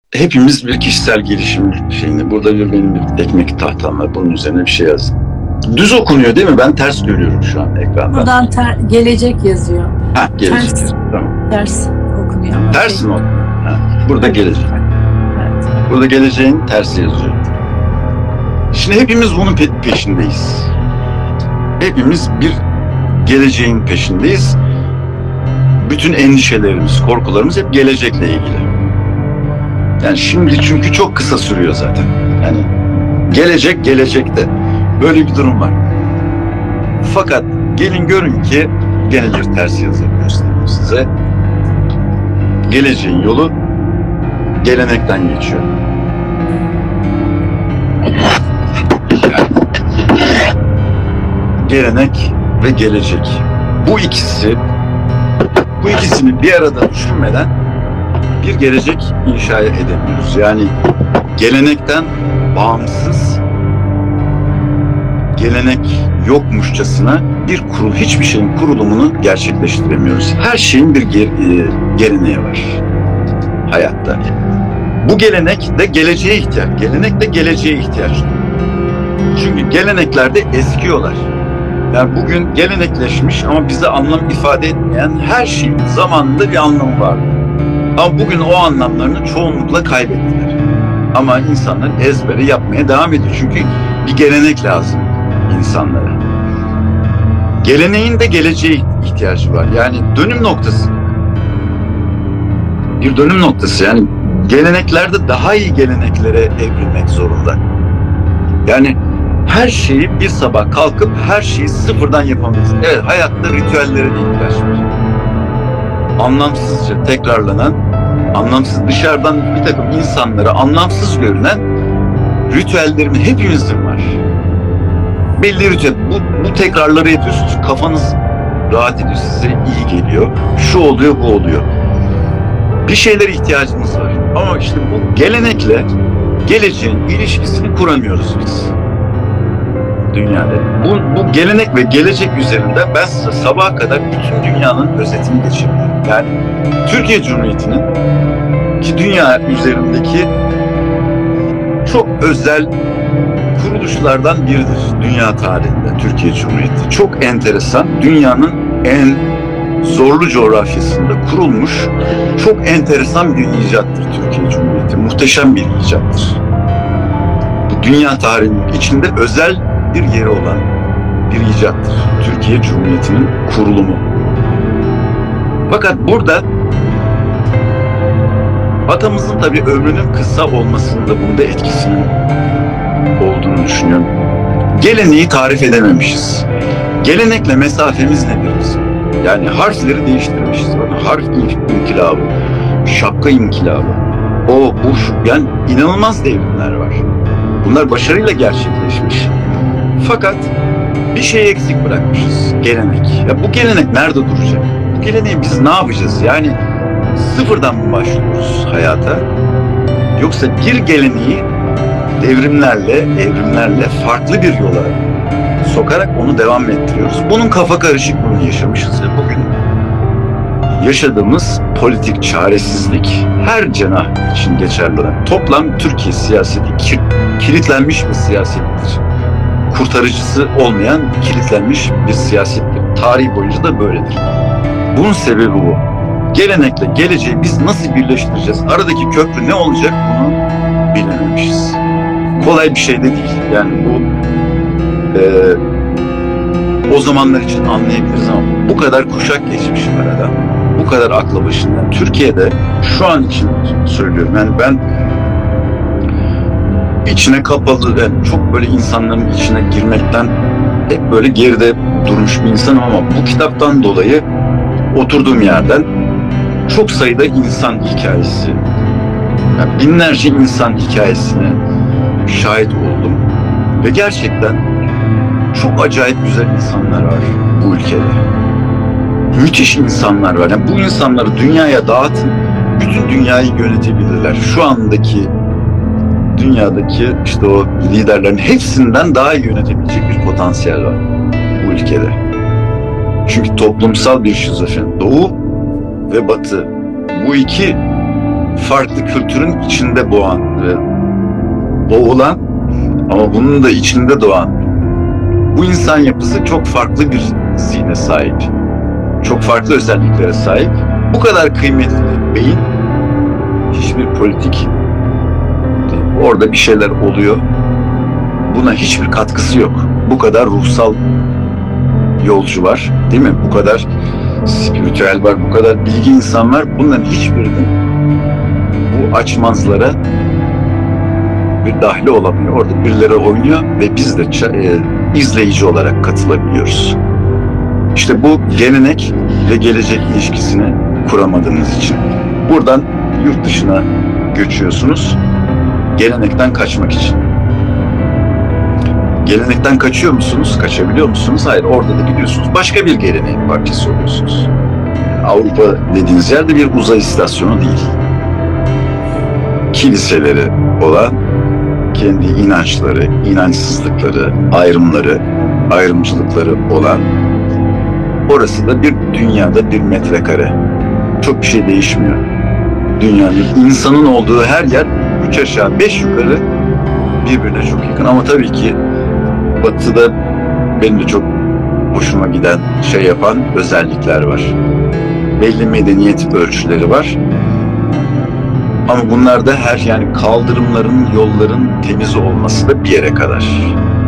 hepimiz bir kişisel gelişim şeyinde. Burada benim bir ekmek tahtam var. Bunun üzerine bir şey yazdım. Düz okunuyor değil mi? Ben ters görüyorum şu an ekranda. Buradan gelecek yazıyor. Ha, gelecek. Ters. Tamam. Ters okunuyor. Ama Ters mi o? Ha, burada gelecek. Evet. Burada geleceğin tersi yazıyor. Şimdi hepimiz bunun peşindeyiz. Hepimiz bir geleceğin peşindeyiz. Bütün endişelerimiz, korkularımız hep gelecekle ilgili. Yani şimdi çünkü çok kısa sürüyor zaten. Yani gelecekte. Böyle bir durum var. Fakat gelin görün ki gene bir ters yazı göstereyim size. Geleceğin yolu gelenekten geçiyor. Gelenek ve gelecek. Bu ikisini bir arada düşünmeden bir gelecek inşa edemiyoruz. Yani gelenekten bağımsız, gelenek yokmuşçasına bir hiçbir şeyin kurulumunu gerçekleştiremiyoruz. Her şeyin bir geleneği var hayatta. Bu gelenek de geleceğe ihtiyaç. Çünkü geleneklerde eskiyorlar. Yani bugün gelenekleşmiş ama bize anlam ifade etmeyen her şeyin zamanında bir anlamı vardı. Ama bugün o anlamlarını çoğunlukla kaybettiler. Ama insanlar ezbere yapmaya devam ediyor. Çünkü bir gelenek lazım insanlara. Geleneğin de geleceğe ihtiyacı var. Yani dönüm noktası. Bir dönüm noktası. Yani geleneklerde daha iyi geleneklere evrilmek zorunda. Yani her şeyi bir sabah kalkıp her şeyi sıfırdan yapamayız. Evet, hayatta ritüellere de ihtiyaç var. Anlamsızca tekrarlanan, dışarıdan bir takım insanlara anlamsız görünen ritüellerin hepimizin var. Belli ritüel. Bu tekrarları yapıyorsunuz. Kafanız rahat ediyor, size iyi geliyor. Şu oluyor, bu oluyor. Bir şeylere ihtiyacımız var. Ama işte bu gelenekle geleceğin ilişkisini kuramıyoruz biz. Dünyada. Bu gelenek ve gelecek üzerinden ben size sabaha kadar bütün dünyanın özetini geçebilirim. Yani Türkiye Cumhuriyeti'nin ki dünya üzerindeki çok özel kuruluşlardan biridir dünya tarihinde Türkiye Cumhuriyeti. Çok enteresan, dünyanın en zorlu coğrafyasında kurulmuş çok enteresan bir icattır Türkiye Cumhuriyeti. Muhteşem bir icattır. Bu dünya tarihinin içinde özel bir yeri olan bir icattır. Türkiye Cumhuriyeti'nin kurulumu. Fakat burada atamızın tabii ömrünün kısa olmasının da bunda etkisinin olduğunu düşünüyorum. Geleneği tarif edememişiz. Gelenekle mesafemiz nedir bizim? Yani harfleri değiştirmişiz. Harf inkılabı, şapka inkılabı. Yani inanılmaz devrimler var. Bunlar başarıyla gerçekleşmiş. Fakat bir şey eksik bırakmışız. Gelenek. Ya bu gelenek nerede duracak? Bu geleneği biz ne yapacağız? Yani sıfırdan mı başlıyoruz hayata? Yoksa bir geleneği evrimlerle farklı bir yola sokarak onu devam ettiriyoruz. Bunun kafa karışıklığını yaşamışız ve bugün yaşadığımız politik çaresizlik her cenah için geçerli olan toplam Türkiye siyaseti kilitlenmiş bir siyasettir. Kurtarıcısı olmayan kilitlenmiş bir siyasettir. Tarih boyunca da böyledir. Bunun sebebi bu. Gelenekle geleceği biz nasıl birleştireceğiz? Aradaki köprü ne olacak bunu bilememişiz. Kolay bir şey de değil. Yani bu o zamanlar için anlayabiliriz ama bu kadar kuşak geçmiş aradan. Bu kadar akla başından. Türkiye'de şu an için söylüyorum. Yani ben içine kapalı, yani çok böyle insanların içine girmekten hep böyle geride durmuş bir insanım ama bu kitaptan dolayı oturduğum yerden çok sayıda insan hikayesi, yani binlerce insan hikayesine şahit oldum ve gerçekten çok acayip güzel insanlar var bu ülkede. Müthiş insanlar var. Yani bu insanları dünyaya dağıtın, bütün dünyayı yönetebilirler. Şu andaki dünyadaki işte o liderlerin hepsinden daha iyi yönetebilecek bir potansiyel var bu ülkede. Çünkü toplumsal bir şizofren. Doğu ve Batı, bu iki farklı kültürün içinde boğulan ama bunun da içinde doğan bu insan yapısı çok farklı bir zihne sahip. Çok farklı özelliklere sahip. Bu kadar kıymetli beyin hiçbir politik orada bir şeyler oluyor. Buna hiçbir katkısı yok. Bu kadar ruhsal yolcu var, değil mi? Bu kadar spiritüel var, bu kadar bilgi insan var. Bunların hiçbirinin bu açmazlara bir dahli olamıyor. Orada birileri oynuyor ve biz de izleyici olarak katılabiliyoruz. İşte bu gelenek ve gelecek ilişkisini kuramadığınız için. Buradan yurt dışına göçüyorsunuz. Gelenekten kaçmak için. Gelenekten kaçıyor musunuz? Kaçabiliyor musunuz? Hayır, orada da gidiyorsunuz. Başka bir geleneğin parçası oluyorsunuz. Avrupa dediğiniz yerde bir uzay istasyonu değil. Kiliseleri olan, kendi inançları, inançsızlıkları, ayrımları, ayrımcılıkları olan, orası da bir dünyada bir metrekare. Çok bir şey değişmiyor. Dünyanın, insanın olduğu her yer 3 aşağı 5 yukarı birbirine çok yakın. Ama tabii ki Batı'da benim de çok hoşuma giden şey yapan özellikler var. Belli medeniyet ölçüleri var. Ama bunlar da yani kaldırımların, yolların temiz olması da bir yere kadar.